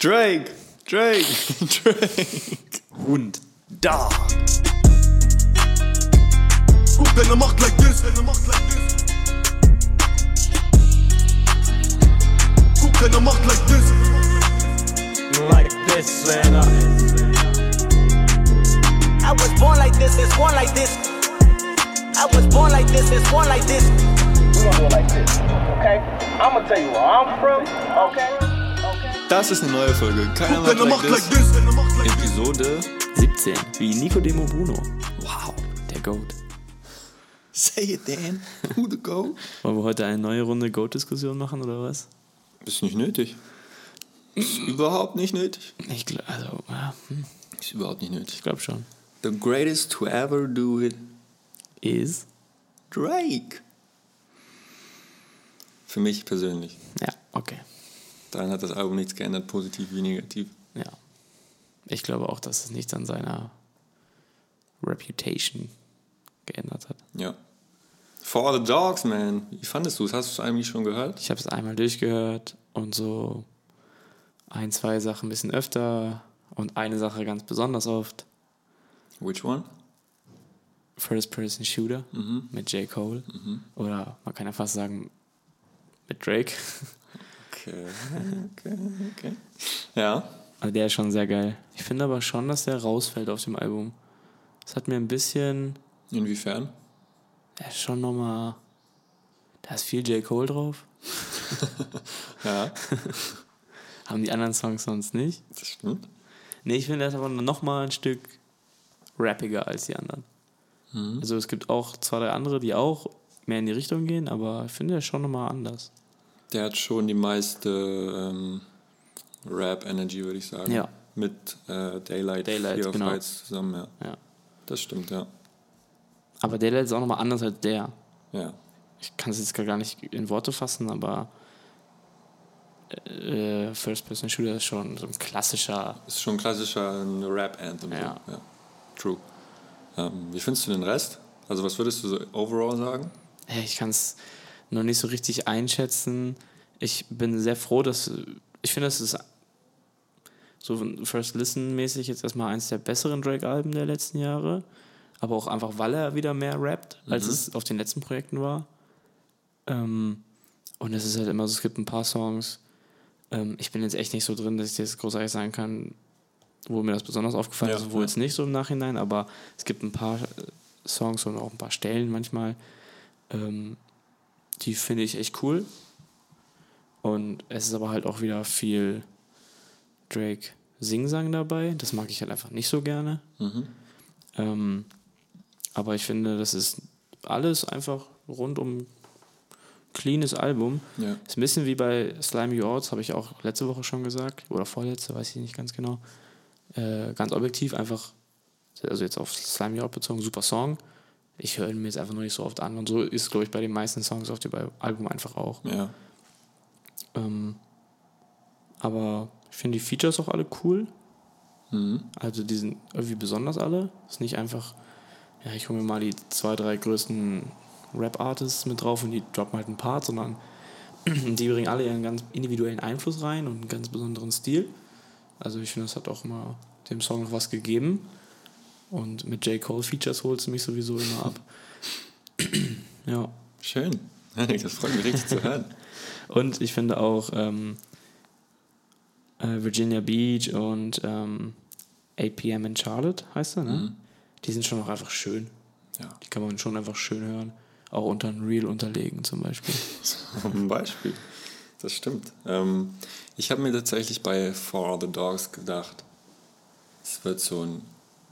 Drake. Und Dog. Guck, deine Macht like this. Guck, deine Macht like this. Like this, man. I was born like this, it's born like this. I was born like this, it's born like this. We gonna do it like this, okay? I'm gonna tell you where I'm from, okay? Das ist eine neue Folge. Keiner Guck, deine macht Macht like like this. this. Episode 17. Wie Nicodemo Bruno. Wow, der Goat. Say it, Dan. Who the Goat? Wollen wir heute eine neue Runde Goat-Diskussion machen, oder was? Ist nicht nötig. Ist überhaupt nicht nötig. Ich glaube, also, ja. Ist überhaupt nicht nötig. Ich glaube schon. The greatest to ever do it Is? Drake. Für mich persönlich. Ja, okay. Daran hat das Album nichts geändert, positiv wie negativ. Ja. Ich glaube auch, dass es nichts an seiner Reputation geändert hat. Ja. For All the Dogs, man. Wie fandest du es? Hast du es eigentlich schon gehört? Ich habe es einmal durchgehört und so ein, zwei Sachen ein bisschen öfter und eine Sache ganz besonders oft. Which one? First Person Shooter mit J. Cole. Oder man kann ja fast sagen mit Drake. Okay. Ja. Also der ist schon sehr geil. Ich finde aber schon, dass der rausfällt auf dem Album. Das hat mir ein bisschen... Inwiefern? Der ist schon nochmal... Da ist viel J. Cole drauf. Ja. Haben die anderen Songs sonst nicht. Das stimmt. Nee, ich finde, der ist aber nochmal ein Stück rappiger als die anderen. Also es gibt auch 2, 3 andere, die auch mehr in die Richtung gehen, aber ich finde, der ist schon nochmal anders. Der hat schon die meiste Rap-Energy, würde ich sagen. Ja. Mit Daylight Fear of genau. Heights zusammen, ja. Ja. Das stimmt, ja. Aber Daylight ist auch nochmal anders als der. Ja. Ich kann es jetzt gar nicht in Worte fassen, aber First Person Shooter ist schon so ein klassischer... Ist schon ein klassischer Rap-Anthem. Ja. So. Ja. True. Wie findest du den Rest? Also was würdest du so overall sagen? Ich kann es noch nicht so richtig einschätzen. Ich bin sehr froh, dass... Ich finde, das ist so First Listen-mäßig jetzt erstmal eins der besseren Drake-Alben der letzten Jahre. Aber auch einfach, weil er wieder mehr rappt, als es auf den letzten Projekten war. Und es ist halt immer so, es gibt ein paar Songs. Ich bin jetzt echt nicht so drin, dass ich das großartig sagen kann, wo mir das besonders aufgefallen ist, wo jetzt nicht so im Nachhinein, aber es gibt ein paar Songs und auch ein paar Stellen manchmal, die finde ich echt cool. Und es ist aber halt auch wieder viel Drake Singsang dabei. Das mag ich halt einfach nicht so gerne. Aber ich finde, das ist alles einfach rundum cleanes Album. Ja. Ist ein bisschen wie bei Slimy Yords, habe ich auch letzte Woche schon gesagt. Oder vorletzte, weiß ich nicht ganz genau. Ganz objektiv einfach, also jetzt auf Slimy Yard bezogen, super Song. Ich höre ihn mir jetzt einfach noch nicht so oft an. Und so ist, glaube ich, bei den meisten Songs auf dem Album einfach auch. Ja. Aber ich finde die Features auch alle cool. Also die sind irgendwie besonders alle. Ist nicht einfach, ja, ich hole mir mal die 2, 3 größten Rap-Artists mit drauf und die droppen halt einen Part, sondern die bringen alle ihren ganz individuellen Einfluss rein und einen ganz besonderen Stil. Also ich finde, das hat auch immer dem Song noch was gegeben. Und mit J. Cole Features holt es mich sowieso immer ab. Ja. Schön. Das freut mich richtig zu hören. Und ich finde auch Virginia Beach und 8 p.m. in Charlotte, heißt er, ne? Die sind schon auch einfach schön. Ja. Die kann man schon einfach schön hören. Auch unter ein Reel unterlegen zum Beispiel. Zum Beispiel. Das stimmt. Ich habe mir tatsächlich bei For All the Dogs gedacht, es wird so ein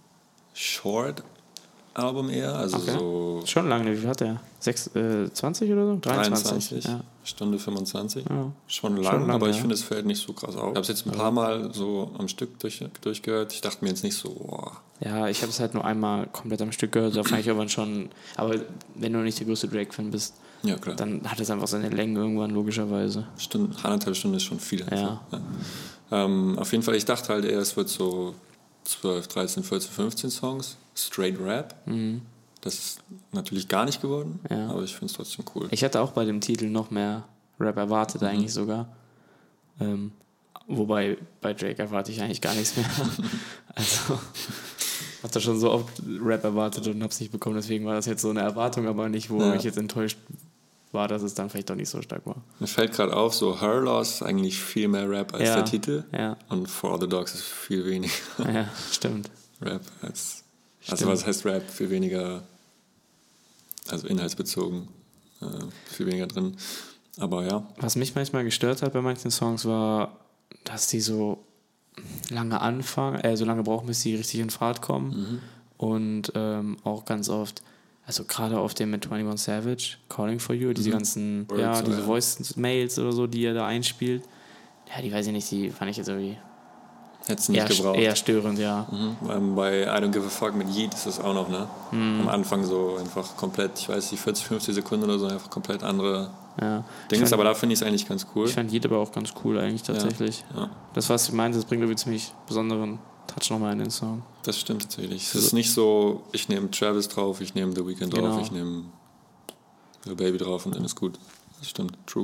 Short-Album eher, also Okay. so Schon lange, wie viel hat der? 20 oder so? 23. Ja. Stunde 25. Ja. Schon lang, lang, aber ich ja. finde, es fällt nicht so krass auf. Ich habe es jetzt ein paar Mal so am Stück durchgehört. Ich dachte mir jetzt nicht so, boah. Ja, ich habe es halt nur einmal komplett am Stück gehört, da fand ich irgendwann schon, aber wenn du nicht der größte Drake-Fan bist, Ja, klar. dann hat es einfach seine Längen irgendwann, logischerweise. Anderthalb Stunden ist schon viel. Ja. Auf jeden Fall, ich dachte halt eher, es wird so 12, 13, 14, 15 Songs, straight Rap. Das ist natürlich gar nicht geworden, Ja. aber ich finde es trotzdem cool. Ich hatte auch bei dem Titel noch mehr Rap erwartet eigentlich sogar. Wobei bei Drake erwarte ich eigentlich gar nichts mehr. Also, hab da schon so oft Rap erwartet und hab's nicht bekommen, deswegen war das jetzt so eine Erwartung, aber nicht, wo ich jetzt enttäuscht war, dass es dann vielleicht doch nicht so stark war. Mir fällt gerade auf, so Her Loss ist eigentlich viel mehr Rap als der Titel. Ja. Und For All The Dogs ist viel weniger Ja, stimmt. Rap als... Also was heißt Rap? Viel weniger... Also inhaltsbezogen. Viel weniger drin. Aber ja. Was mich manchmal gestört hat bei manchen Songs war, dass die so lange anfangen, so lange brauchen, bis die richtig in Fahrt kommen. Und auch ganz oft, also gerade auf dem mit 21 Savage, Calling For You, diese ganzen, Words, diese Voice-Mails oder so, die er da einspielt, ja, die weiß ich nicht, die fand ich jetzt irgendwie Hättest du nicht gebraucht. eher störend, ja. Bei I Don't Give a Fuck mit Yeet ist das auch noch, ne? Am Anfang so einfach komplett, ich weiß nicht, 40, 50 Sekunden oder so, einfach komplett andere Dings, aber da finde ich es eigentlich ganz cool. Ich fand Yeet aber auch ganz cool eigentlich tatsächlich. Ja. Das, was ich meinte, das bringt irgendwie ziemlich besonderen Touch nochmal in den Song. Das stimmt tatsächlich. Es ist nicht so, ich nehme Travis drauf, ich nehme The Weeknd drauf, ich nehme The Baby drauf und dann ist gut. Das stimmt, true.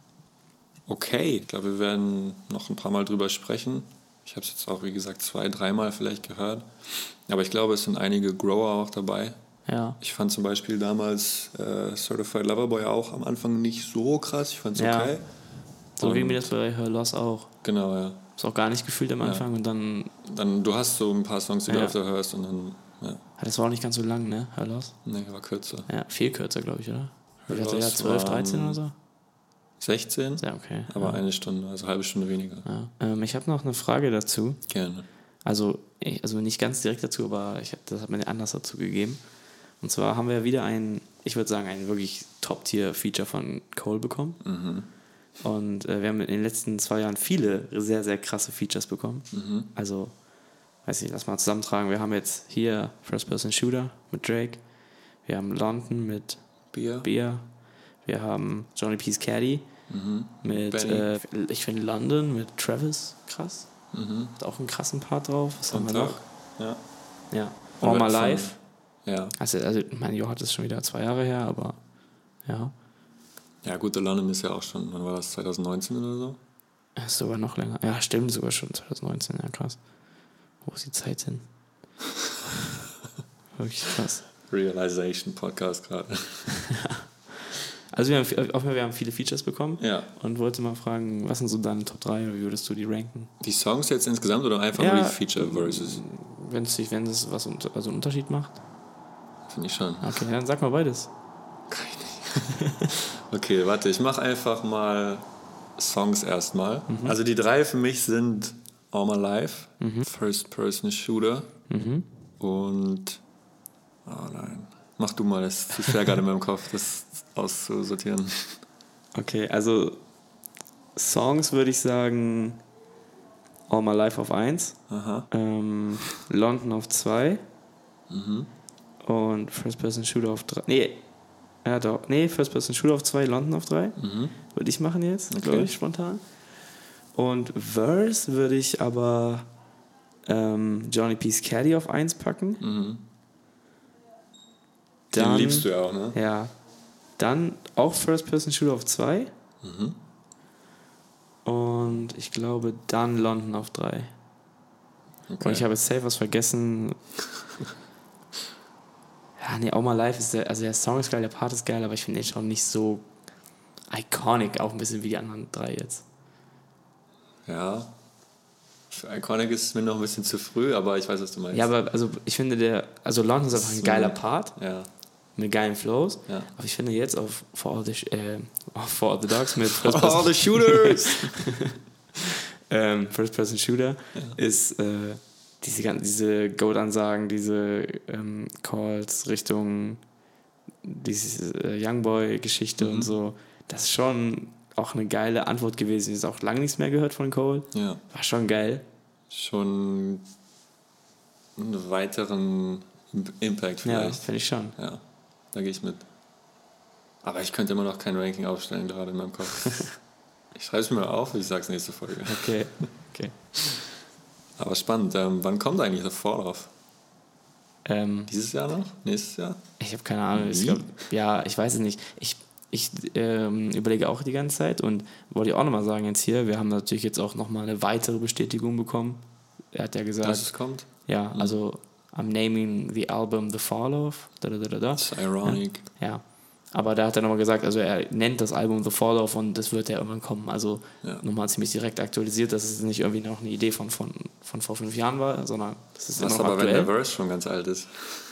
Okay, ich glaube, wir werden noch ein paar Mal drüber sprechen. Ich habe es jetzt auch, wie gesagt, 2-3 Mal vielleicht gehört. Aber ich glaube, es sind einige Grower auch dabei. Ja. Ich fand zum Beispiel damals Certified Lover Boy auch am Anfang nicht so krass. Ich fand es okay. So wie mir das bei Her Loss auch. Genau, ja. Ist auch gar nicht gefühlt am Anfang und dann... Du hast so ein paar Songs, die du öfter hörst und dann... Ja. Das war auch nicht ganz so lang, ne? Her Loss? Nee, war kürzer. Ja, viel kürzer, glaube ich, oder? Her Ich hatte ja 12, 13 oder so. 16? Ja, okay. Aber eine Stunde, also eine halbe Stunde weniger. Ja. Ich habe noch eine Frage dazu. Gerne. Also nicht ganz direkt dazu, aber das hat mir anders dazu gegeben. Und zwar haben wir wieder ein wirklich Top-Tier-Feature von Cole bekommen. Und wir haben in den letzten 2 Jahren viele sehr, sehr krasse Features bekommen. Also, weiß nicht, lass mal zusammentragen. Wir haben jetzt hier First-Person-Shooter mit Drake. Wir haben London mit Bia. Wir haben Johnny P's Caddy mit, ich finde London mit Travis krass. Hat auch einen krassen Part drauf. Was haben wir noch? Ja. All My Life. Ja. Also mein Johann ist schon wieder 2 Jahre her, aber ja. Ja gut, The London ist ja auch schon, wann war das, 2019 oder so? Ja, ist sogar noch länger. Ja, stimmt, sogar schon 2019, ja krass. Wo ist die Zeit hin? Wirklich krass. Realization Podcast gerade. Also wir haben viele Features bekommen und wollte mal fragen, was sind so deine Top 3 oder wie würdest du die ranken? Die Songs jetzt insgesamt oder einfach nur die Feature-Verses? Wenn es was einen Unterschied macht? Finde ich schon. Okay, dann sag mal beides. Okay, warte, ich mache einfach mal Songs erstmal. Also die 3 für mich sind All My Life, First Person Shooter und oh nein, mach du mal, das ist schwer gerade in meinem Kopf, das auszusortieren. Okay, also Songs würde ich sagen All My Life auf 1, London auf 2 und First Person Shooter auf 3. First Person Shooter auf 2, London auf 3. Würde ich machen jetzt, glaube ich, spontan. Und Verse würde ich aber Johnny P's Caddy auf 1 packen. Den liebst du ja auch, ne? Ja. Dann auch First Person Shooter auf 2. Und ich glaube dann London auf 3. Okay. Und ich habe jetzt safe was vergessen. All My Life ist der Song ist geil, der Part ist geil, aber ich finde den schon nicht so iconic, auch ein bisschen wie die anderen 3 jetzt. Ja. Für Iconic ist es mir noch ein bisschen zu früh, aber ich weiß, was du meinst. Ja, aber also ich finde London ist einfach ein geiler Part. Ja. Mit geilen Flows. Ja. Aber ich finde jetzt auf For All the Dogs mit First For All the Shooters! First Person Shooter ist diese Goat-Ansagen, diese Calls Richtung diese Youngboy-Geschichte und so. Das ist schon auch eine geile Antwort gewesen. Ich habe auch lange nichts mehr gehört von Cole. Ja. War schon geil. Schon einen weiteren Impact vielleicht. Ja, finde ich schon. Ja, da gehe ich mit. Aber ich könnte immer noch kein Ranking aufstellen, gerade in meinem Kopf. Ich schreibe es mir mal auf, ich sage es nächste Folge. Okay. Aber spannend. Wann kommt eigentlich The Fall Off? Dieses Jahr noch? Nächstes Jahr? Ich habe keine Ahnung. Ich weiß es nicht. ich überlege auch die ganze Zeit und wollte auch nochmal sagen jetzt hier, wir haben natürlich jetzt auch nochmal eine weitere Bestätigung bekommen. Er hat ja gesagt... Dass es kommt? Ja, also I'm naming the album The Fall of... That's ironic. Ja, aber da hat er nochmal gesagt, also er nennt das Album The Fall of und das wird ja irgendwann kommen. Also nochmal ziemlich direkt aktualisiert, dass es nicht irgendwie noch eine Idee von vor 5 Jahren war, sondern das ist was immer noch aber, aktuell. wenn der Verse schon ganz alt ist.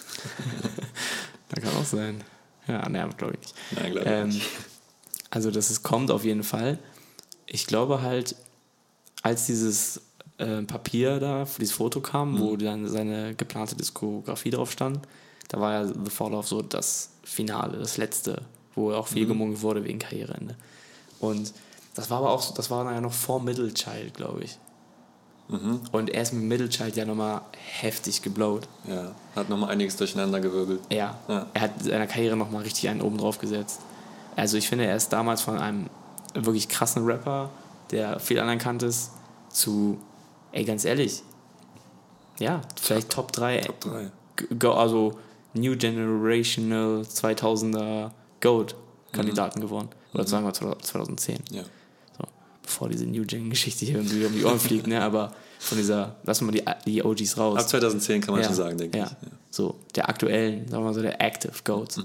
Das kann auch sein. Ja, ne, glaube ich nicht. Nein, glaube ich nicht. Also, dass es kommt auf jeden Fall. Ich glaube halt, als dieses Papier da, dieses Foto kam, wo dann seine geplante Diskografie drauf stand, da war ja The Fall of so das Finale, das Letzte, wo auch viel gemunkelt wurde wegen Karriereende. Und das war aber auch so, das war dann ja noch vor Middle Child, glaube ich. Und er ist mit Middle Child ja nochmal heftig geblowt. Ja, hat nochmal einiges durcheinander gewirbelt. Ja, er hat seiner Karriere nochmal richtig einen oben drauf gesetzt. Also ich finde, er ist damals von einem wirklich krassen Rapper, der viel anerkannt ist, zu, ey, ganz ehrlich, ja, vielleicht Top 3. Top 3. Also New Generational 2000er GOAT-Kandidaten geworden. Oder sagen wir 2010. Ja. So, bevor diese New Gen-Geschichte hier irgendwie um die Ohren fliegt, ne? Aber von dieser, lassen wir mal die OGs raus. Ab 2010 kann man schon sagen, denke ich. Ja. So, der aktuellen, sagen wir mal so, der Active GOATs.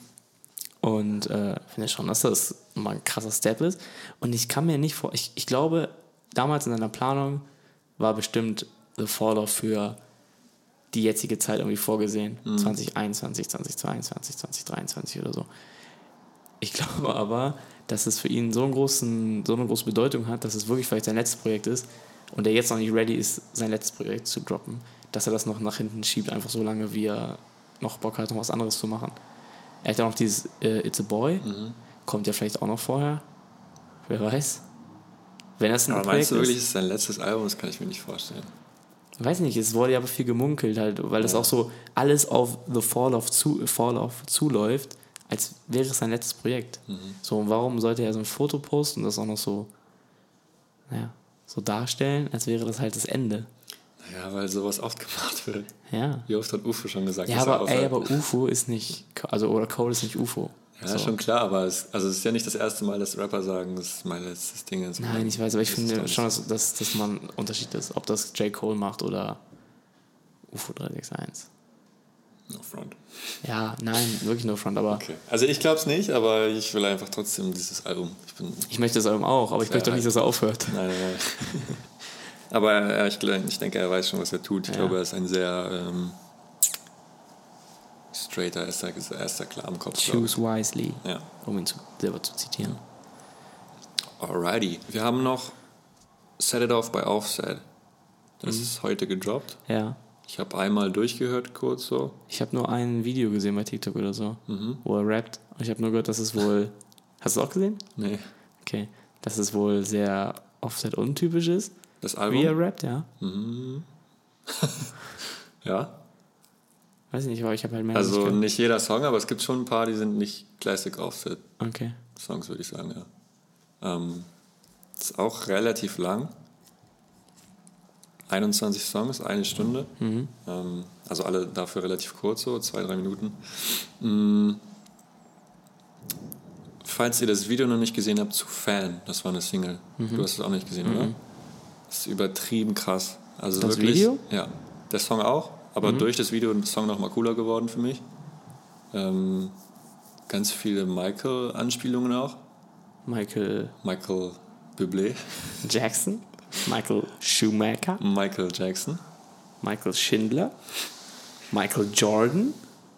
Und finde schon, dass das mal ein krasser Step ist. Und ich kann mir nicht ich glaube, damals in seiner Planung war bestimmt The Fall of für die jetzige Zeit irgendwie vorgesehen. 2021, 2022, 2023 oder so. Ich glaube aber, dass es für ihn so eine große Bedeutung hat, dass es wirklich vielleicht sein letztes Projekt ist und er jetzt noch nicht ready ist, sein letztes Projekt zu droppen, dass er das noch nach hinten schiebt, einfach so lange, wie er noch Bock hat, noch was anderes zu machen. Er hat ja noch dieses It's a Boy, kommt ja vielleicht auch noch vorher, wer weiß. Wenn das ein aber Projekt meinst du wirklich, ist, es ist sein letztes Album? Das kann ich mir nicht vorstellen. weiß nicht, es wurde ja aber viel gemunkelt halt, weil das auch so alles auf The Fall of zuläuft, als wäre es sein letztes Projekt. So, und warum sollte er so ein Foto posten und das auch noch so, so darstellen, als wäre das halt das Ende? Ja, weil sowas oft gemacht wird. Ja. Wie oft hat UFO schon gesagt, ja, dass aber, er aufhört? aber UFO ist nicht, oder Cole ist nicht UFO. Ja, so. schon klar, aber es ist ja nicht das erste Mal, dass Rapper sagen, das ist mein letztes Ding. Nein, ich weiß, aber ich finde schon, dass man ein Unterschied ist, ob das J. Cole macht oder UFO 361. No front. Ja, nein, wirklich no front, aber... Okay. Also ich glaube es nicht, aber ich will einfach trotzdem dieses Album. Ich möchte das Album auch, aber ich möchte doch nicht, dass er aufhört. Nein. Aber ich denke, er weiß schon, was er tut. Ich glaube, er ist ein sehr straighter, er ist da klar am Kopf. Choose wisely, ja. Um ihn selber zu zitieren. Alrighty. Wir haben noch Set It Off by Offset. Das ist heute gedroppt. Ja. Ich habe einmal durchgehört, kurz so. Ich habe nur ein Video gesehen bei TikTok oder so, wo er rappt. Und ich habe nur gehört, dass es wohl... Hast du es auch gesehen? Nee. Okay. Dass es wohl sehr Offset untypisch ist. Das Album? Wie er rappt, ja. Ja. Weiß ich nicht, aber ich habe halt mehr... Also nicht jeder Song, aber es gibt schon ein paar, die sind nicht Classic Offset. Okay. Songs, würde ich sagen, ja. Ist auch relativ lang. 21 Songs, 1 Stunde. Also alle dafür relativ kurz, so 2-3 Minuten. Falls ihr das Video noch nicht gesehen habt, zu Fan, das war eine Single. Du hast es auch nicht gesehen, oder? Das ist übertrieben krass. Also das wirklich, Video? Ja, der Song auch, aber durch das Video ist der Song nochmal cooler geworden für mich. Ganz viele Michael-Anspielungen auch. Michael Bublé. Jackson. Michael Schumacher. Michael Jackson. Michael Schindler. Michael Jordan.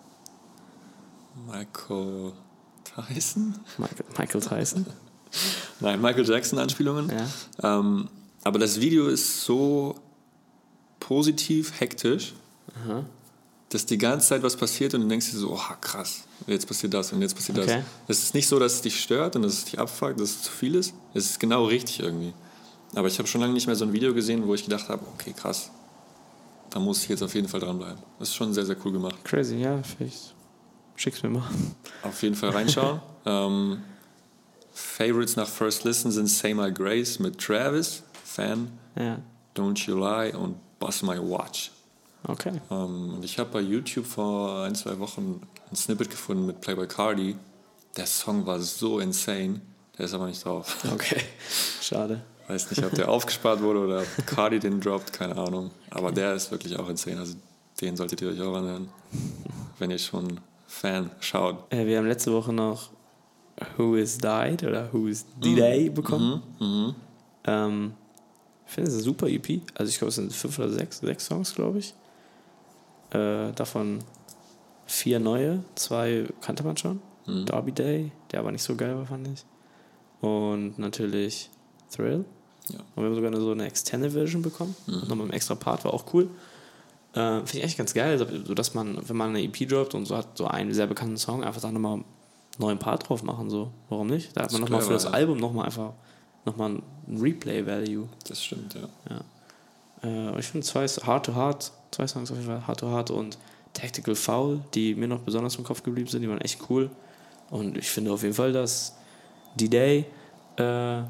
Michael Tyson. Michael Tyson. Nein, Michael Jackson-Anspielungen. Ja. Aber das Video ist so positiv, hektisch, dass die ganze Zeit was passiert und du denkst dir so, oh krass, jetzt passiert das und jetzt passiert das. Es ist nicht so, dass es dich stört und dass es dich abfuckt, dass es zu viel ist. Es ist genau richtig irgendwie. Aber ich habe schon lange nicht mehr so ein Video gesehen, wo ich gedacht habe, okay, krass, da muss ich jetzt auf jeden Fall dranbleiben. Das ist schon sehr, sehr cool gemacht. Crazy, ja, vielleicht schick's mir mal. Auf jeden Fall reinschauen. Favorites nach First Listen sind Say My Grace mit Travis, Fan, Don't You Lie und Bust My Watch. Okay. Und ich habe bei YouTube vor 1-2 Wochen ein Snippet gefunden mit Playboi Carti. Der Song war so insane, der ist aber nicht drauf. Okay, schade. Weiß nicht, ob der aufgespart wurde oder ob Cardi den droppt, keine Ahnung. Aber der ist wirklich auch insane, also den solltet ihr euch auch anhören, wenn ihr schon Fan schaut. Wir haben letzte Woche noch Who Is Died oder Who Is D-Day bekommen. Ich finde, es ist eine super EP. Also ich glaube, es sind 5 oder 6 Songs, glaube ich. Davon 4 neue, 2 kannte man schon. Derby Day, der aber nicht so geil war, fand ich. Und natürlich Thrill. Ja. Und wir haben sogar so eine Extended Version bekommen. Nochmal im extra Part, war auch cool. Finde ich echt ganz geil, so dass man, wenn man eine EP droppt und so hat so einen sehr bekannten Song, einfach da nochmal einen neuen Part drauf machen. So. Warum nicht? Da hat man nochmal für das Album nochmal ein Replay-Value. Das stimmt, ja. Ich finde 2 Songs auf jeden Fall, Hard to Hard und Tactical Foul, die mir noch besonders im Kopf geblieben sind, die waren echt cool. Und ich finde auf jeden Fall, dass D-Day eine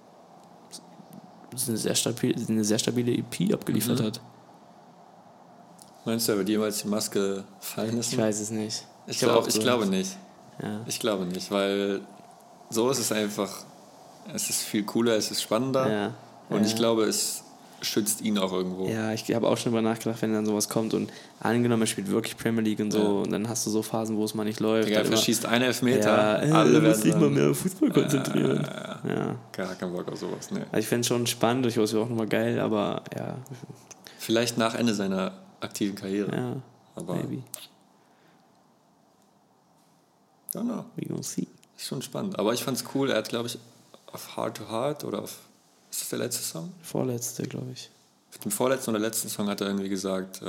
sehr stabile EP abgeliefert hat. Meinst du, er wird jemals die Maske fallen lassen? Ich weiß es nicht. Ich glaube nicht. Ja. Ich glaube nicht, weil so ist es einfach, es ist viel cooler, es ist spannender. Ja. Und ich glaube, es schützt ihn auch irgendwo. Ja, ich habe auch schon drüber nachgedacht, wenn dann sowas kommt und angenommen, er spielt wirklich Premier League und so und dann hast du so Phasen, wo es mal nicht läuft. Er verschießt einen Elfmeter, alle werden sich mal mehr auf Fußball konzentrieren. Ja. Gar keinen Bock auf sowas, ne. Also ich fände es schon spannend, durchaus auch nochmal geil, aber ja. Vielleicht nach Ende seiner aktiven Karriere. Ja, aber maybe. Don't know. We gonna see. Ist schon spannend. Aber ich fand's cool, er hat, glaube ich, auf Heart to Heart oder auf, ist das der letzte Song? Vorletzte, glaube ich. Auf dem vorletzten oder letzten Song hat er irgendwie gesagt,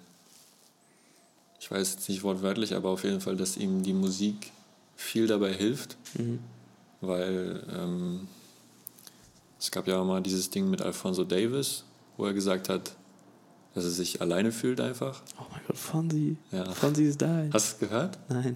ich weiß jetzt nicht wortwörtlich, aber auf jeden Fall, dass ihm die Musik viel dabei hilft, weil es gab ja mal dieses Ding mit Alphonso Davis, wo er gesagt hat, dass er sich alleine fühlt einfach. Oh mein Gott, Fonzie. Ja. Fonzie ist da. Hast du es gehört? Nein.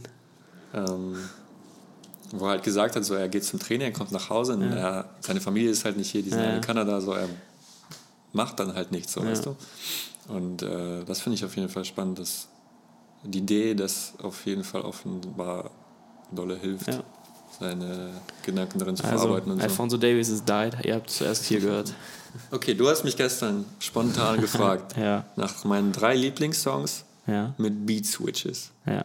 Wo er halt gesagt hat, so, er geht zum Training, er kommt nach Hause und seine Familie ist halt nicht hier, die sind in Kanada, so, er macht dann halt nichts, so, weißt du. Und das finde ich auf jeden Fall spannend, dass die Idee, das auf jeden Fall offenbar dolle hilft, seine Gedanken darin zu verarbeiten und so. Alphonso Davis is died, ihr habt es zuerst hier gehört. Okay, du hast mich gestern spontan gefragt nach meinen 3 Lieblingssongs mit Beat Switches. Ja.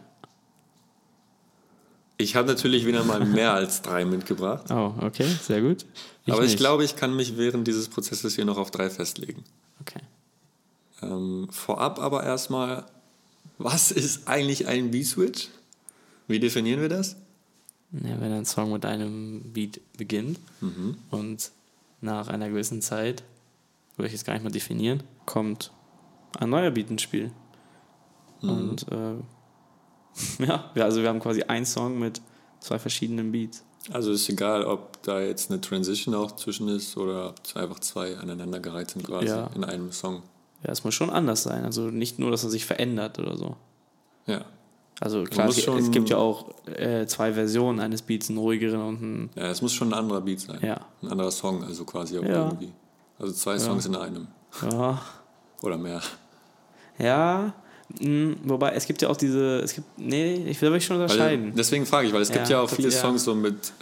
Ich habe natürlich wieder mal mehr als 3 mitgebracht. Oh, okay, sehr gut. Aber ich glaube, ich kann mich während dieses Prozesses hier noch auf 3 festlegen. Okay. Vorab aber erstmal, was ist eigentlich ein Beat-Switch? Wie definieren wir das? Ja, wenn ein Song mit einem Beat beginnt und nach einer gewissen Zeit, würde ich jetzt gar nicht mal definieren, kommt ein neuer Beat ins Spiel. Und also wir haben quasi einen Song mit 2 verschiedenen Beats. Also ist egal, ob da jetzt eine Transition auch zwischen ist oder ob es einfach 2 aneinandergereiht sind quasi in einem Song. Ja, es muss schon anders sein. Also nicht nur, dass er sich verändert oder so. Ja. Also klar, es gibt ja auch 2 Versionen eines Beats, einen ruhigeren und einen... Ja, es muss schon ein anderer Beat sein. Ja. Ein anderer Song, also quasi auch irgendwie. Also 2 Songs in einem. Ja. Oder mehr. Ja, wobei es gibt ja auch diese... ich will wirklich schon unterscheiden. Deswegen frage ich, weil es gibt ja auch viele Songs so mit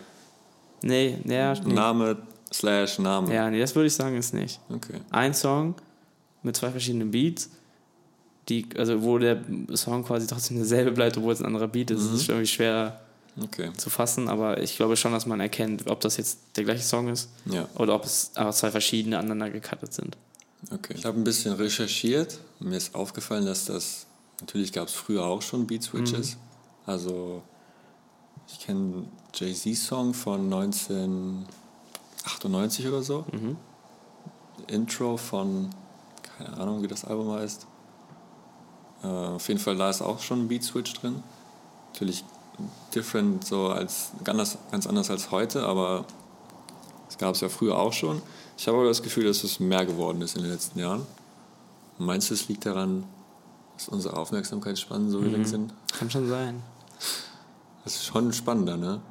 Name / Name. Ja, das würde ich sagen, ist nicht. Okay. Ein Song mit 2 verschiedenen Beats, wo der Song quasi trotzdem derselbe bleibt, obwohl es ein anderer Beat ist. Das ist irgendwie schwer zu fassen, aber ich glaube schon, dass man erkennt, ob das jetzt der gleiche Song ist oder ob es einfach 2 verschiedene aneinander gecuttet sind. Okay. Ich habe ein bisschen recherchiert und mir ist aufgefallen, dass natürlich gab es früher auch schon Beat-Switches. Also ich kenne Jay-Z-Song von 1998 oder so. Intro von, keine Ahnung, wie das Album heißt. Auf jeden Fall, da ist auch schon ein Beat-Switch drin. Natürlich different, so ganz anders als heute, aber das gab es ja früher auch schon. Ich habe aber das Gefühl, dass es mehr geworden ist in den letzten Jahren. Meinst du, es liegt daran, dass unsere Aufmerksamkeitsspannen so gering sind? Kann schon sein. Das ist schon spannender, ne?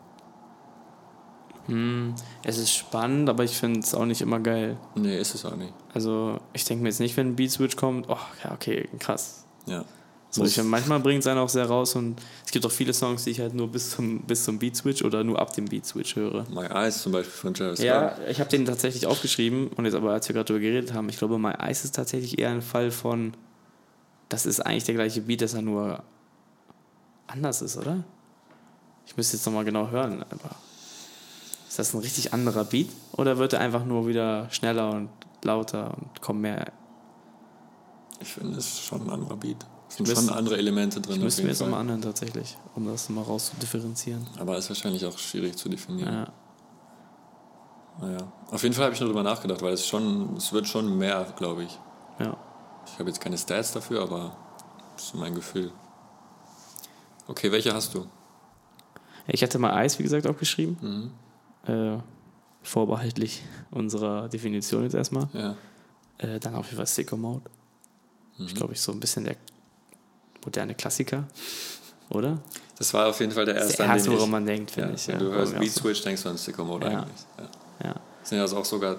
Es ist spannend, aber ich finde es auch nicht immer geil. Nee, ist es auch nicht. Also ich denke mir jetzt nicht, wenn ein Beat-Switch kommt, oh, ja, okay, krass. Ja. So, manchmal bringt es einen auch sehr raus und es gibt auch viele Songs, die ich halt nur bis zum Beat-Switch oder nur ab dem Beat-Switch höre. My Eyes zum Beispiel von Travis Scott. Ja, ich habe den tatsächlich aufgeschrieben und jetzt aber, als wir gerade darüber geredet haben, ich glaube, My Eyes ist tatsächlich eher ein Fall von, das ist eigentlich der gleiche Beat, dass er nur anders ist, oder? Ich müsste jetzt nochmal genau hören, aber ist das ein richtig anderer Beat oder wird er einfach nur wieder schneller und lauter und kommt mehr? Ich finde, es ist schon ein anderer Beat. Es sind schon andere Elemente drin. Ich müsste mir jetzt nochmal anhören tatsächlich, um das mal rauszudifferenzieren. Aber ist wahrscheinlich auch schwierig zu definieren. Ja. Naja. Auf jeden Fall habe ich nur darüber nachgedacht, weil es wird schon mehr, glaube ich. Ja. Ich habe jetzt keine Stats dafür, aber das ist mein Gefühl. Okay, welche hast du? Ich hatte mal Eis, wie gesagt, auch geschrieben. Vorbehaltlich unserer Definition jetzt erstmal. Ja. Dann auf jeden Fall Sicko Mode. Ich glaube, so ein bisschen der moderne Klassiker, oder? Das war auf jeden Fall der erste, der erste, woran man denkt, finde ich. Wenn du hörst Beat Switch, denkst du an Sicko Mode eigentlich. Ja. Sind ja auch sogar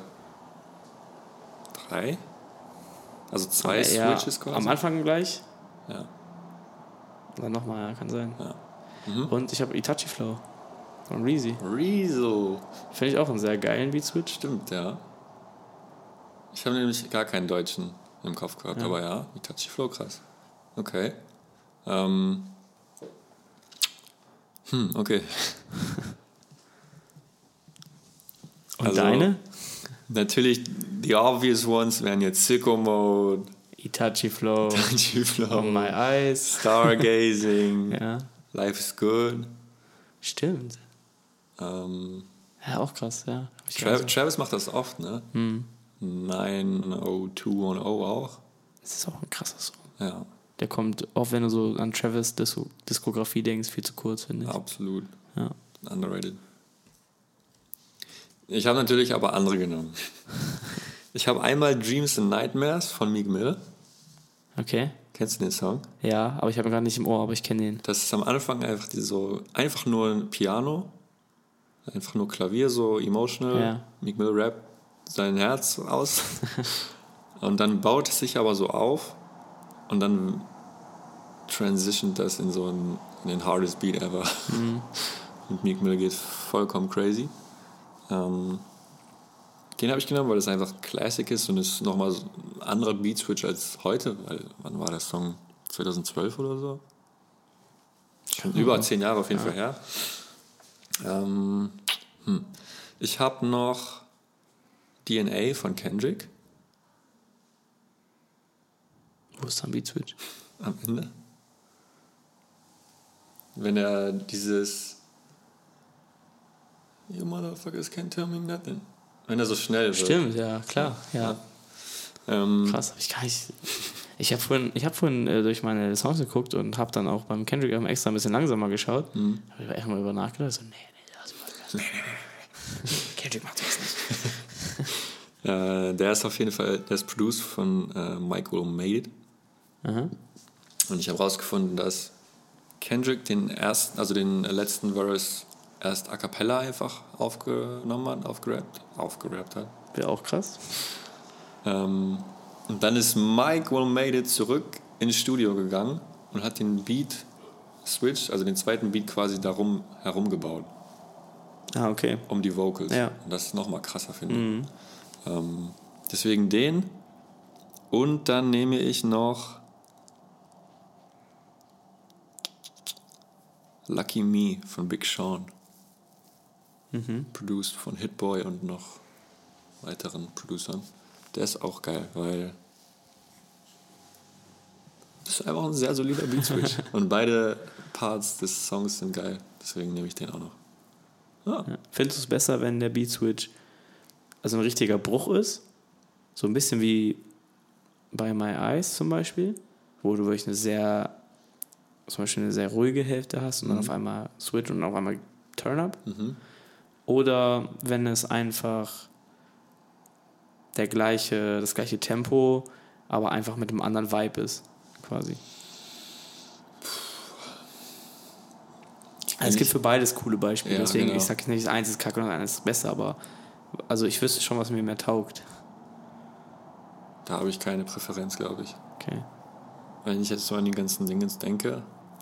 3? Also 2 Switches quasi? Am Anfang gleich. Ja. Und dann nochmal, ja, kann sein. Ja. Und ich habe Itachi Flow von Reezy. Rezo. Finde ich auch einen sehr geilen Beat Switch. Stimmt, ja. Ich habe nämlich gar keinen Deutschen im Kopf gehabt, aber ja, Itachi Flow, krass. Okay. Okay. Und also, deine? Natürlich, die obvious ones wären jetzt Sicko Mode, Itachi Flow, On My Eyes, Stargazing, ja. Life is Good. Stimmt. Ja, auch krass, ja. Travis macht das oft, ne? 90210 auch. Das ist auch ein krasser Song. Ja. Der kommt, auch wenn du so an Travis Diskografie denkst, viel zu kurz, finde ich. Absolut. Ja. Underrated. Ich habe natürlich aber andere genommen. Ich habe einmal Dreams and Nightmares von Meek Mill. Okay. Kennst du den Song? Ja, aber ich habe ihn gerade nicht im Ohr, aber ich kenne den. Das ist am Anfang einfach nur ein Piano, einfach nur Klavier, so emotional. Ja. Meek Mill rappt sein Herz aus. Und dann baut es sich aber so auf und dann transitioned das in den hardest Beat ever. Und Meek Mill geht vollkommen crazy. Den habe ich genommen, weil das einfach Classic ist und es nochmal so ein anderer Beat-Switch als heute, weil wann war der Song? 2012 oder so? Schon über 10 Jahre auf jeden Fall her. Ich habe noch DNA von Kendrick. Wo ist dann Beat-Switch? Am Ende. Wenn er dieses You motherfuckers can't tell me nothing. Wenn er so schnell wird. Stimmt, ja, klar. Ja. Krass, hab ich gar nicht. Ich habe vorhin durch meine Songs geguckt und habe dann auch beim Kendrick extra ein bisschen langsamer geschaut. Habe ich echt mal über nachgedacht. So, nee. Kendrick macht das nicht. Der ist auf jeden Fall, der ist produced von Mike Will Made It. Und ich habe rausgefunden, dass Kendrick den letzten Verse erst a cappella einfach aufgenommen hat, aufgerappt hat. Wäre auch krass. Und dann ist Mike Will Made It zurück ins Studio gegangen und hat den Beat switched, also den zweiten Beat quasi darum herum gebaut. Ah, okay. Um die Vocals. Ja. Und das ist nochmal krasser, finde ich. Deswegen den. Und dann nehme ich noch Lucky Me von Big Sean. Produced von Hit Boy und noch weiteren Producern. Der ist auch geil, weil das ist einfach ein sehr solider Beat-Switch. Und beide Parts des Songs sind geil. Deswegen nehme ich den auch noch. Ja. Findest du es besser, wenn der Beat-Switch also ein richtiger Bruch ist? So ein bisschen wie bei My Eyes zum Beispiel, wo du wirklich eine sehr ruhige Hälfte hast und dann auf einmal Switch und auf einmal Turn-Up. Oder wenn es einfach das gleiche Tempo, aber einfach mit einem anderen Vibe ist, quasi. Also es gibt für beides coole Beispiele, deswegen ich sage nicht, eins ist kacke und eins ist besser, aber also ich wüsste schon, was mir mehr taugt. Da habe ich keine Präferenz, glaube ich. Okay. wenn ich jetzt so an die ganzen Dinge denke.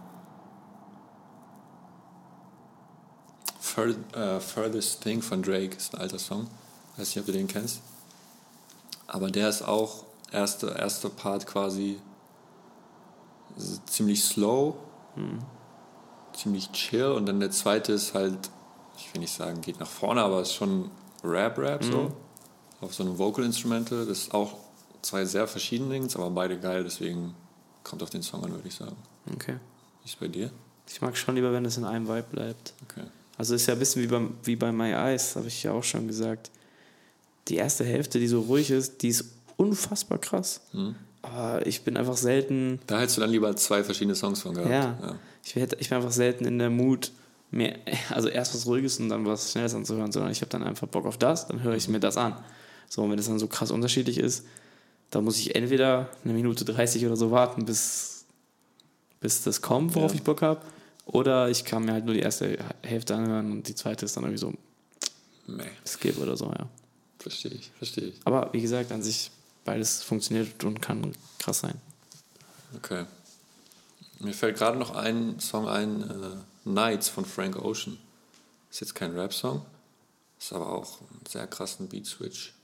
Furthest Thing von Drake ist ein alter Song. Weiß nicht, ob du den kennst. Aber der ist auch erster Part quasi ziemlich slow, ziemlich chill, und dann der zweite ist halt, ich will nicht sagen, geht nach vorne, aber ist schon Rap so. Auf so einem Vocal Instrumental. Das ist auch zwei sehr verschiedene Dinge, aber beide geil, deswegen kommt auf den Song an, würde ich sagen. Okay. Wie ist es bei dir? Ich mag schon lieber, wenn es in einem Vibe bleibt. Okay. Also ist ja ein bisschen wie bei My Eyes, habe ich ja auch schon gesagt. Die erste Hälfte, die so ruhig ist, die ist unfassbar krass. Aber ich bin einfach selten... Da hättest du dann lieber zwei verschiedene Songs von gehabt. Ja. Ich bin einfach selten in der Mood, mehr, also erst was Ruhiges und dann was Schnelles anzuhören, sondern ich habe dann einfach Bock auf das, dann höre ich mir das an. So, und wenn das dann so krass unterschiedlich ist, dann muss ich entweder 1:30 oder so warten, bis das kommt, worauf ich Bock habe, oder ich kann mir halt nur die erste Hälfte anhören und die zweite ist dann irgendwie so Skip oder so, ja. Verstehe ich. Aber wie gesagt, an sich beides funktioniert und kann krass sein. Okay. Mir fällt gerade noch ein Song ein, Nights von Frank Ocean. Ist jetzt kein Rap-Song, ist aber auch ein sehr krassen Beat-Switch.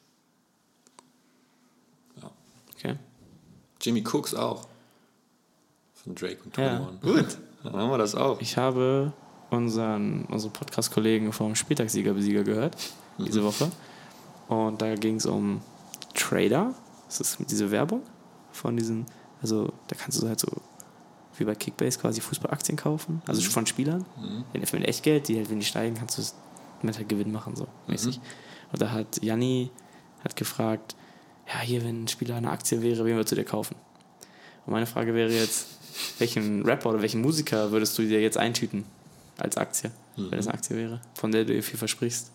Ja. Okay. Jimmy Cooks auch. Von Drake und 21. Ja. Gut, dann haben wir das auch. Ich habe unsere Podcast-Kollegen vom Spieltagssieger-Besieger gehört, diese Woche. Und da ging es um Trader. Das ist diese Werbung von diesen, also da kannst du halt so wie bei Kickbase quasi Fußballaktien kaufen, also von Spielern. Mit Echtgeld, die halt, wenn die steigen, kannst du mit halt Gewinn machen, so mäßig. Und da hat Janni gefragt, ja, hier, wenn ein Spieler eine Aktie wäre, wen würdest du dir kaufen? Und meine Frage wäre jetzt, welchen Rapper oder welchen Musiker würdest du dir jetzt eintüten als Aktie, wenn das eine Aktie wäre, von der du dir viel versprichst?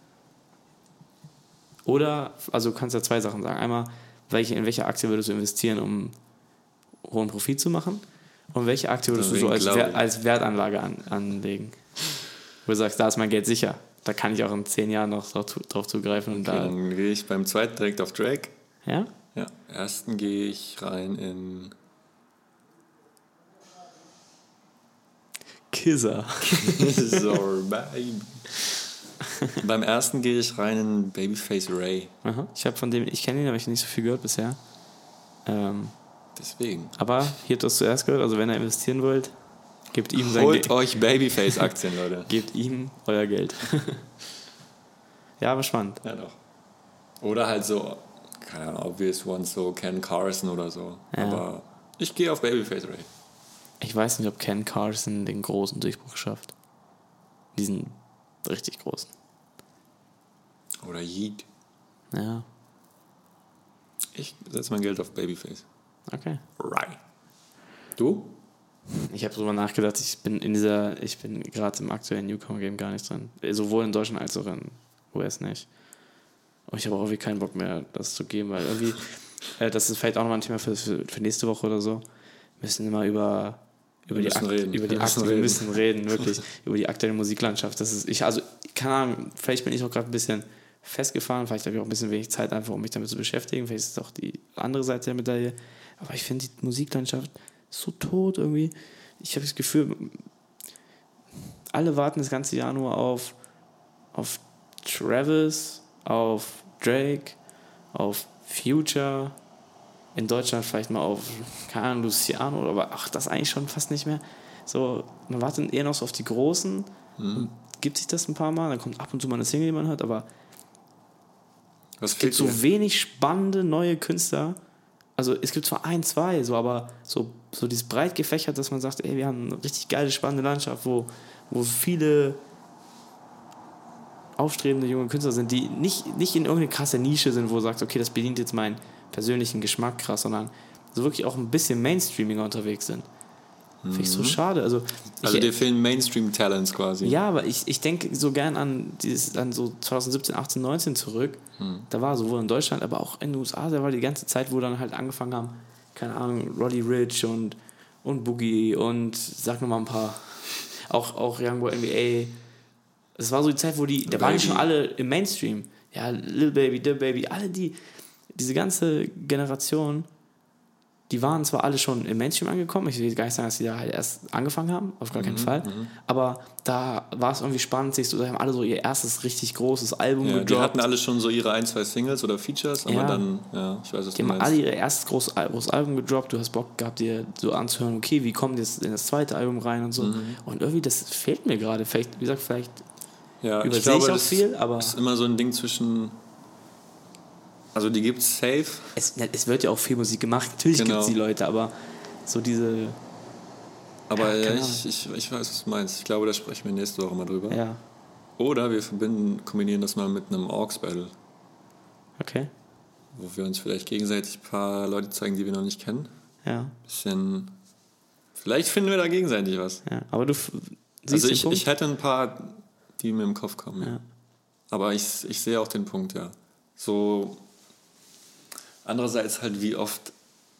Oder, also du kannst ja zwei Sachen sagen. Einmal, in welche Aktie würdest du investieren, um hohen Profit zu machen? Und welche Aktie würdest du so als Wertanlage anlegen? Wo du sagst, da ist mein Geld sicher. Da kann ich auch in 10 Jahren noch drauf zugreifen. Und okay, dann gehe ich beim zweiten direkt auf Drake. Ja? Ja. Ersten gehe ich rein in... Kisser. Kisser, baby. Beim ersten gehe ich rein in Babyface Ray. Aha. Ich kenne ihn, aber ich habe nicht so viel gehört bisher. Deswegen. Aber hier habt ihr es zuerst gehört, also wenn ihr investieren wollt, gebt ihm sein Holt euch Babyface-Aktien, Leute. Gebt ihm euer Geld. Ja, aber spannend. Ja, doch. Oder halt so, keine Ahnung, obvious ones, so Ken Carson oder so. Ja. Aber ich gehe auf Babyface Ray. Ich weiß nicht, ob Ken Carson den großen Durchbruch schafft. Diesen richtig großen. Oder Yeet. Ja. Ich setze mein Geld auf Babyface. Okay. Right. Du? Ich habe drüber nachgedacht, ich bin gerade im aktuellen Newcomer-Game gar nicht drin. Sowohl in Deutschland als auch in US nicht. Und ich habe auch irgendwie keinen Bock mehr, das zu geben, weil irgendwie, das ist vielleicht auch nochmal ein Thema für nächste Woche oder so. Wir müssen immer über wir müssen reden, wirklich, über die aktuelle Musiklandschaft. Keine Ahnung, vielleicht bin ich auch gerade ein bisschen festgefahren, vielleicht habe ich auch ein bisschen wenig Zeit einfach, um mich damit zu beschäftigen, vielleicht ist es auch die andere Seite der Medaille, aber ich finde die Musiklandschaft so tot irgendwie. Ich habe das Gefühl, alle warten das ganze Jahr nur auf Travis, auf Drake, auf Future, in Deutschland vielleicht mal auf, keine Ahnung, Luciano, aber das eigentlich schon fast nicht mehr. So, man wartet eher noch so auf die Großen, gibt sich das ein paar Mal, dann kommt ab und zu mal eine Single, die man hört, aber es gibt so wenig spannende neue Künstler. Also es gibt zwar 1, 2, so, aber so dieses breit gefächert, dass man sagt, ey, wir haben eine richtig geile, spannende Landschaft, wo viele aufstrebende junge Künstler sind, die nicht in irgendeine krasse Nische sind, wo du sagst, okay, das bedient jetzt meinen persönlichen Geschmack krass, sondern so wirklich auch ein bisschen Mainstreamiger unterwegs sind. Finde ich so schade. Also dir fehlen Mainstream-Talents quasi. Ja, aber ich denke so gern an so 2017, 18, 19 zurück. Da war sowohl in Deutschland, aber auch in den USA, da war die ganze Zeit, wo dann halt angefangen haben, keine Ahnung, Roddy Ricch und Boogie und sag nochmal ein paar, auch Youngboy NBA. Es war so die Zeit, wo da waren schon alle im Mainstream. Ja, Lil Baby, The Baby, alle diese ganze Generation, die waren zwar alle schon im Mainstream angekommen, ich will gar nicht sagen, dass die da halt erst angefangen haben, auf gar keinen Fall, aber da war es irgendwie spannend, da haben alle so ihr erstes richtig großes Album gedroppt. Die hatten alle schon so ihre 1, 2 Singles oder Features, aber dann, ich weiß, was die du haben meinst. alle ihr erstes großes Album gedroppt, du hast Bock gehabt, dir so anzuhören, okay, wie kommt jetzt in das zweite Album rein und so. Und irgendwie, das fehlt mir gerade, vielleicht, wie gesagt, übersehe ich auch viel, aber... Das ist immer so ein Ding zwischen... Also die gibt's safe. Es wird ja auch viel Musik gemacht, natürlich gibt es die Leute, aber so diese... Aber ich weiß, was du meinst. Ich glaube, da sprechen wir nächste Woche mal drüber. Ja. Oder wir kombinieren das mal mit einem Orcs-Battle. Okay. Wo wir uns vielleicht gegenseitig ein paar Leute zeigen, die wir noch nicht kennen. Ja. Bisschen... Vielleicht finden wir da gegenseitig was. Ja, aber du siehst also den Punkt? ich hätte ein paar, die mir im Kopf kommen. Ja. Aber ich sehe auch den Punkt, ja. So... Andererseits halt, wie oft,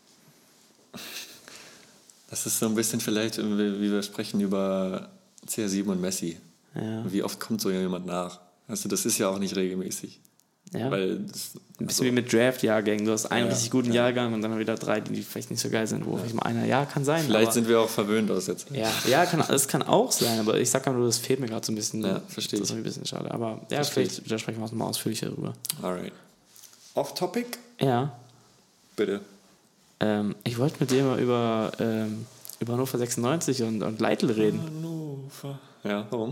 das ist so ein bisschen vielleicht, wie wir sprechen über CR7 und Messi. Ja. Wie oft kommt so jemand nach? Also das ist ja auch nicht regelmäßig. Ja. Weil ein bisschen wie mit Draft-Jahrgängen. Du hast einen richtig guten Jahrgang und dann wieder 3, die vielleicht nicht so geil sind, wo vielleicht mal einer, kann sein. Vielleicht sind wir auch verwöhnt aus jetzt. Das kann auch sein, aber ich sag mal nur, das fehlt mir gerade so ein bisschen. Ja, verstehe ich. Das ist ein bisschen schade. Aber vielleicht, da sprechen wir auch nochmal ausführlicher drüber. Alright. Off-Topic? Ja. Bitte. Ich wollte mit dir mal über Hannover 96 und Leitl reden. Hannover. Ja, warum?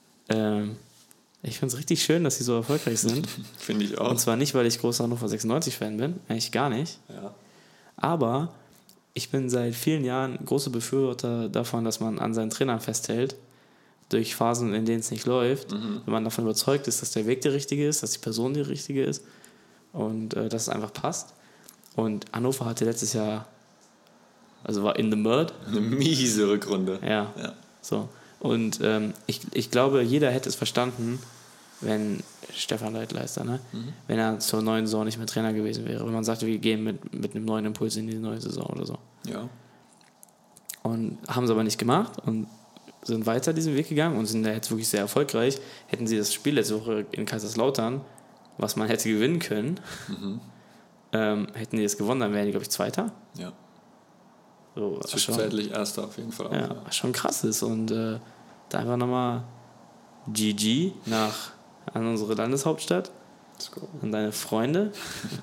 Ich finde es richtig schön, dass sie so erfolgreich sind. Finde ich auch. Und zwar nicht, weil ich großer Hannover 96-Fan bin, eigentlich gar nicht. Ja. Aber ich bin seit vielen Jahren großer Befürworter davon, dass man an seinen Trainern festhält, durch Phasen, in denen es nicht läuft. Wenn man davon überzeugt ist, dass der Weg der richtige ist, dass die Person die richtige ist und dass es einfach passt. Und Hannover hatte letztes Jahr, also war in the mud. Eine miese Rückrunde. Ja. So. Und ich glaube, jeder hätte es verstanden, wenn Stefan Leitleister, wenn er zur neuen Saison nicht mehr Trainer gewesen wäre. Wenn man sagte, wir gehen mit einem neuen Impuls in die neue Saison oder so. Ja. Und haben es aber nicht gemacht und sind weiter diesen Weg gegangen und sind da jetzt wirklich sehr erfolgreich. Hätten sie das Spiel letzte Woche in Kaiserslautern, was man hätte gewinnen können, hätten die das gewonnen, dann wären die, glaube ich, Zweiter. Ja. So, zwischenzeitlich Erster auf jeden Fall auch. Ja, was schon krass ist. Und da einfach nochmal GG an unsere Landeshauptstadt, Let's go. an deine Freunde.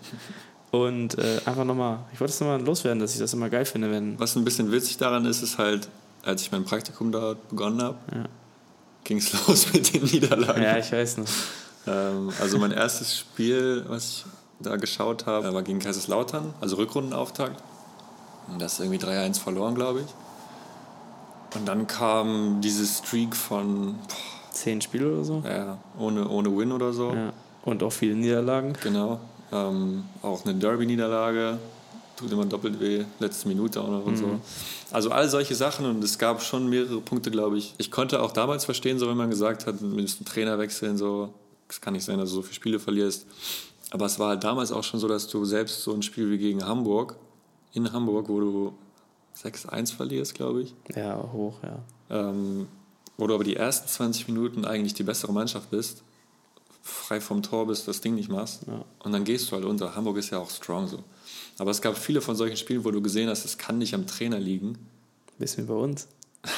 Und einfach nochmal, ich wollte es nochmal loswerden, dass ich das immer geil finde, wenn... Was ein bisschen witzig daran ist halt, als ich mein Praktikum dort begonnen habe, ging es los mit den Niederlagen. Ja, ich weiß noch. Also mein erstes Spiel, was ich da geschaut habe, war gegen Kaiserslautern, also Rückrundenauftakt. Und das ist irgendwie 3-1 verloren, glaube ich. Und dann kam dieses Streak von 10 Spiele oder so. Ja, ohne Win oder so. Ja. Und auch viele Niederlagen. Genau. Auch eine Derby-Niederlage. Tut immer doppelt weh. Letzte Minute auch noch und so. Also all solche Sachen. Und es gab schon mehrere Punkte, glaube ich. Ich konnte auch damals verstehen, so wenn man gesagt hat, wir müssen Trainer wechseln, so. Es kann nicht sein, dass du so viele Spiele verlierst. Aber es war halt damals auch schon so, dass du selbst so ein Spiel wie gegen Hamburg, in Hamburg, wo du 6-1 verlierst, glaube ich. Ja, hoch, ja. Wo du aber die ersten 20 Minuten eigentlich die bessere Mannschaft bist, frei vom Tor bist, das Ding nicht machst. Ja. Und dann gehst du halt unter. Hamburg ist ja auch strong so. Aber es gab viele von solchen Spielen, wo du gesehen hast, es kann nicht am Trainer liegen. Bisschen bei uns.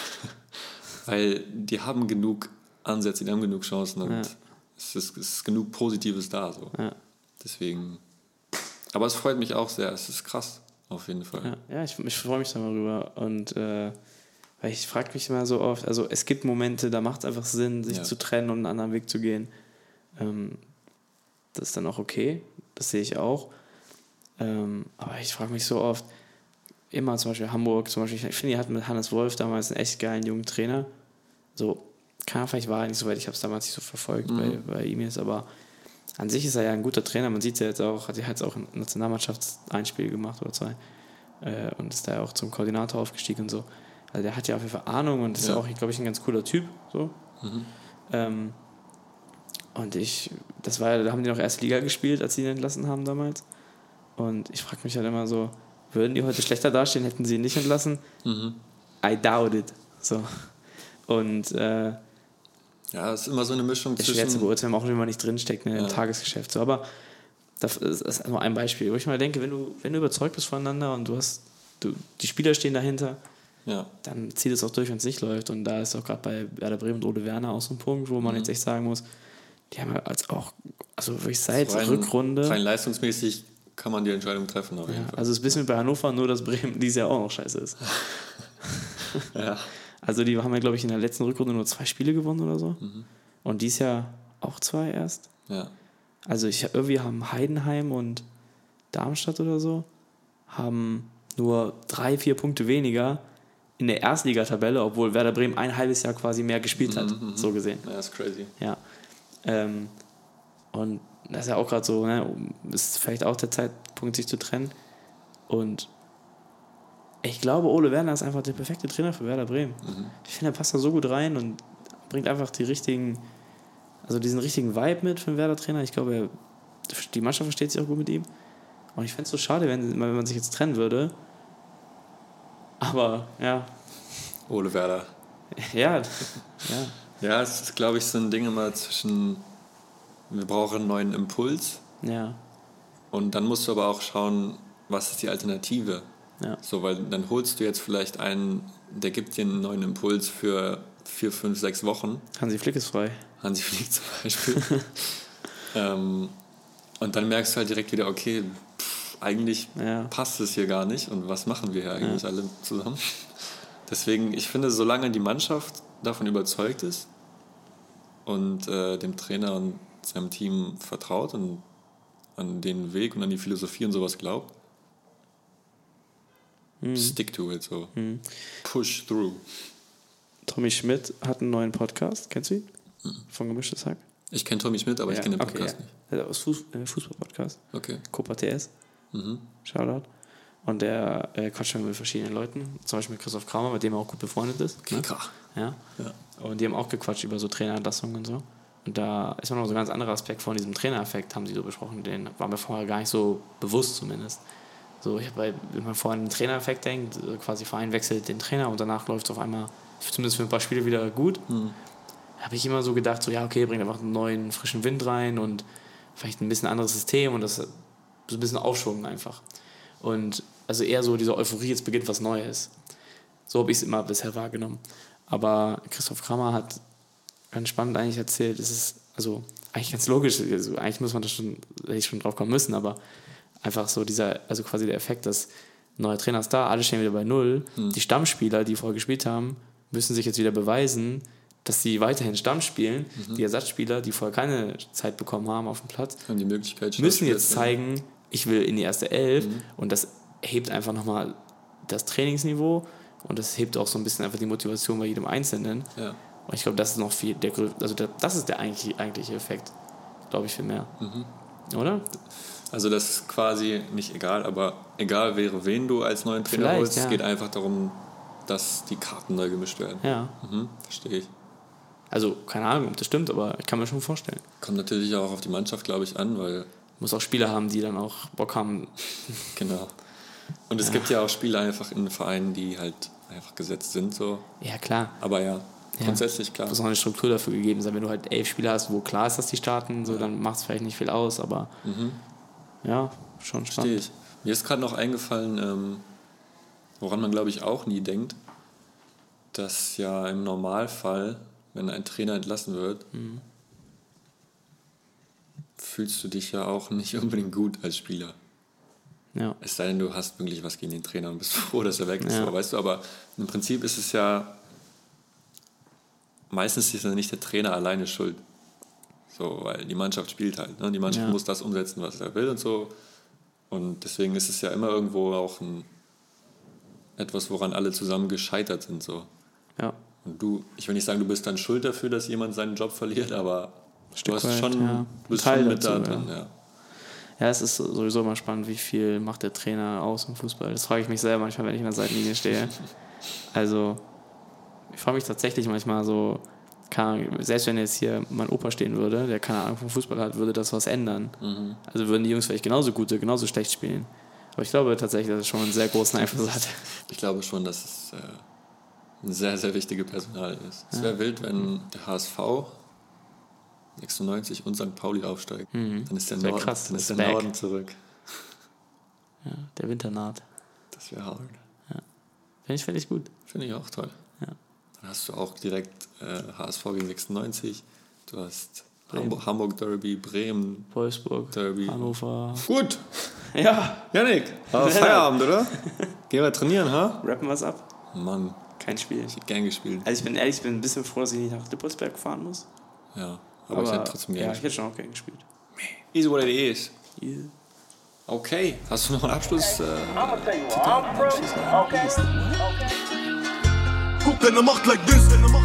Weil die haben genug Ansätze, die haben genug Chancen und es ist genug Positives da. So. Ja. Deswegen. Aber es freut mich auch sehr. Es ist krass, auf jeden Fall. Ja, ich freue mich darüber. Und weil ich frage mich immer so oft, also es gibt Momente, da macht es einfach Sinn, sich zu trennen und einen anderen Weg zu gehen. Das ist dann auch okay. Das sehe ich auch. Aber ich frage mich so oft, immer zum Beispiel Hamburg, zum Beispiel, ich finde, die hatten mit Hannes Wolf damals einen echt geilen jungen Trainer. So, vielleicht war er nicht so weit, ich habe es damals nicht so verfolgt bei ihm jetzt, aber an sich ist er ja ein guter Trainer. Man sieht es ja jetzt auch, hat jetzt auch ein Nationalmannschafts-Einspiel gemacht oder 2 und ist da auch zum Koordinator aufgestiegen und so. Also der hat ja auf jeden Fall Ahnung und ist ja auch, glaube ich, ein ganz cooler Typ. So. Und da haben die noch erste Liga gespielt, als sie ihn entlassen haben damals. Und ich frage mich halt immer so, würden die heute schlechter dastehen, hätten sie ihn nicht entlassen? I doubt it. So. Und ja, es ist immer so eine Mischung zwischen... schwer zu beurteilen, auch wenn man nicht drinsteckt im Tagesgeschäft. So. Aber das ist nur ein Beispiel, wo ich mal denke, wenn du überzeugt bist voneinander und du hast die Spieler stehen dahinter, Ja. dann zieht es auch durch, wenn es nicht läuft. Und da ist auch gerade bei Werder Bremen und Ole Werner auch so ein Punkt, wo man jetzt echt sagen muss, die haben ja wirklich seit Rückrunde. Rein leistungsmäßig kann man die Entscheidung treffen, auf jeden Fall. Also es ist ein bisschen wie bei Hannover, nur dass Bremen dieses Jahr auch noch scheiße ist. Ja. Also die haben ja, glaube ich, in der letzten Rückrunde nur 2 Spiele gewonnen oder so. Und dieses Jahr auch 2 erst. Ja. Also irgendwie haben Heidenheim und Darmstadt oder so haben nur 3-4 Punkte weniger in der Erstligatabelle, obwohl Werder Bremen ein halbes Jahr quasi mehr gespielt hat, so gesehen. Ja, ist crazy. Ja. Und das ist ja auch gerade so, ne, ist vielleicht auch der Zeitpunkt, sich zu trennen. Und ich glaube, Ole Werner ist einfach der perfekte Trainer für Werder Bremen. Ich finde, er passt da so gut rein und bringt einfach diesen richtigen Vibe mit für den Werder-Trainer. Ich glaube, die Mannschaft versteht sich auch gut mit ihm. Und ich fände es so schade, wenn man sich jetzt trennen würde. Aber, ja. Ole Werder. Ja. Ja, es ist, glaube ich, so ein Ding immer zwischen, wir brauchen einen neuen Impuls. Ja. Und dann musst du aber auch schauen, was ist die Alternative. Ja. So, weil dann holst du jetzt vielleicht einen, der gibt dir einen neuen Impuls für 4, 5, 6 Wochen. Hansi Flick ist frei. Hansi Flick zum Beispiel. Und dann merkst du halt direkt wieder, okay, eigentlich passt es hier gar nicht und was machen wir hier eigentlich alle zusammen? Deswegen, ich finde, solange die Mannschaft davon überzeugt ist und dem Trainer und seinem Team vertraut und an den Weg und an die Philosophie und sowas glaubt, stick to it, so. Push through. Tommy Schmidt hat einen neuen Podcast. Kennst du ihn? Von Gemischtes Hack? Ich kenne Tommy Schmidt, aber ich kenne den Podcast nicht. Der hat aus Fußball-Podcast. Okay. Copa TS. Shoutout. Und der quatscht mit verschiedenen Leuten. Zum Beispiel mit Christoph Kramer, mit dem er auch gut befreundet ist. Kika. Ne? Ja. Und die haben auch gequatscht über so Trainerentlassungen und so. Und da ist noch so ein ganz anderer Aspekt von diesem Trainereffekt, haben sie so besprochen. Den war mir vorher gar nicht so bewusst zumindest. So, wenn man vorher an den Trainereffekt denkt, quasi Verein wechselt den Trainer und danach läuft es auf einmal, zumindest für ein paar Spiele, wieder gut. Habe ich immer so gedacht, so ja, okay, bringt einfach einen neuen, frischen Wind rein und vielleicht ein bisschen anderes System und das so ein bisschen Aufschwung einfach. Und also eher so diese Euphorie, jetzt beginnt was Neues. So habe ich es immer bisher wahrgenommen. Aber Christoph Kramer hat ganz spannend eigentlich erzählt, es ist also eigentlich ganz logisch, also eigentlich muss man da schon drauf kommen müssen, aber einfach so also quasi der Effekt, dass ein neuer Trainer ist da, alle stehen wieder bei Null. Die Stammspieler, die vorher gespielt haben, müssen sich jetzt wieder beweisen, dass sie weiterhin Stamm spielen. Die Ersatzspieler, die vorher keine Zeit bekommen haben auf dem Platz, Haben die Möglichkeit, müssen jetzt zeigen, ich will in die erste Elf. Und das hebt einfach nochmal das Trainingsniveau und das hebt auch so ein bisschen einfach die Motivation bei jedem Einzelnen. Ja. Und ich glaube, das ist noch viel, das ist der eigentliche Effekt, glaube ich, viel mehr. Oder? Also das ist quasi nicht egal, aber egal wäre, wen du als neuen Trainer Vielleicht, holst, ja. es geht einfach darum, dass die Karten neu gemischt werden. Ja. Verstehe ich. Also, keine Ahnung, ob das stimmt, aber ich kann mir schon vorstellen. Kommt natürlich auch auf die Mannschaft, glaube ich, an, weil... Muss auch Spieler haben, die dann auch Bock haben. Genau. Und es gibt ja auch Spieler einfach in Vereinen, die halt einfach gesetzt sind, so. Ja, klar. Aber ja, grundsätzlich klar. Es muss auch eine Struktur dafür gegeben sein. Wenn du halt 11 Spieler hast, wo klar ist, dass die starten, so, dann macht es vielleicht nicht viel aus, aber ja, schon spannend. Verstehe ich. Mir ist gerade noch eingefallen, woran man, glaube ich, auch nie denkt, dass ja im Normalfall, wenn ein Trainer entlassen wird, fühlst du dich ja auch nicht unbedingt gut als Spieler. Ja. Es sei denn, du hast wirklich was gegen den Trainer und bist froh, dass er weg ist. Ja. So, weißt du, aber im Prinzip ist es ja, meistens ist ja nicht der Trainer alleine schuld. So, weil die Mannschaft spielt halt. Ne? Die Mannschaft muss das umsetzen, was er will und so. Und deswegen ist es ja immer irgendwo auch etwas, woran alle zusammen gescheitert sind. So. Ja. Und ich will nicht sagen, du bist dann schuld dafür, dass jemand seinen Job verliert, aber du bist weit, schon mit da dazu, drin. Ja. Ja, es ist sowieso immer spannend, wie viel macht der Trainer aus im Fußball. Das frage ich mich selber manchmal, wenn ich an der Seitenlinie stehe. Also, ich frage mich tatsächlich manchmal so, selbst wenn jetzt hier mein Opa stehen würde, der keine Ahnung vom Fußball hat, würde das was ändern. Also würden die Jungs vielleicht genauso gut, genauso schlecht spielen. Aber ich glaube tatsächlich, dass es schon einen sehr großen Einfluss hat. Ich glaube schon, dass es ein sehr, sehr wichtige Personal ist. Es wäre wild, wenn der HSV 96 und St. Pauli aufsteigen. Dann ist der Das wär Norden, krass, dann ist das der ist Norden zurück. Ja, der Winter naht. Das wäre hart. Finde ich gut. Finde ich auch toll. Ja. Dann hast du auch direkt HSV gegen 96. Du hast Bremen. Hamburg Derby, Bremen, Wolfsburg, Derby. Hannover. Gut. Ja. Janik, Feierabend, oder? Gehen wir trainieren, ha? Rappen wir's ab. Mann, Kein Spiel. ich hätte gern gespielt. Also ich bin ehrlich, ich bin ein bisschen froh, dass ich nicht nach Lippolsberg fahren muss. Ja, aber ich hätte trotzdem gern Ja, ich gespielt. hätte schon auch gern gespielt. Is what it is. Yeah. Okay, hast du noch einen Abschluss? I'ma tell you where I'm from, okay? Guck, deine macht like this.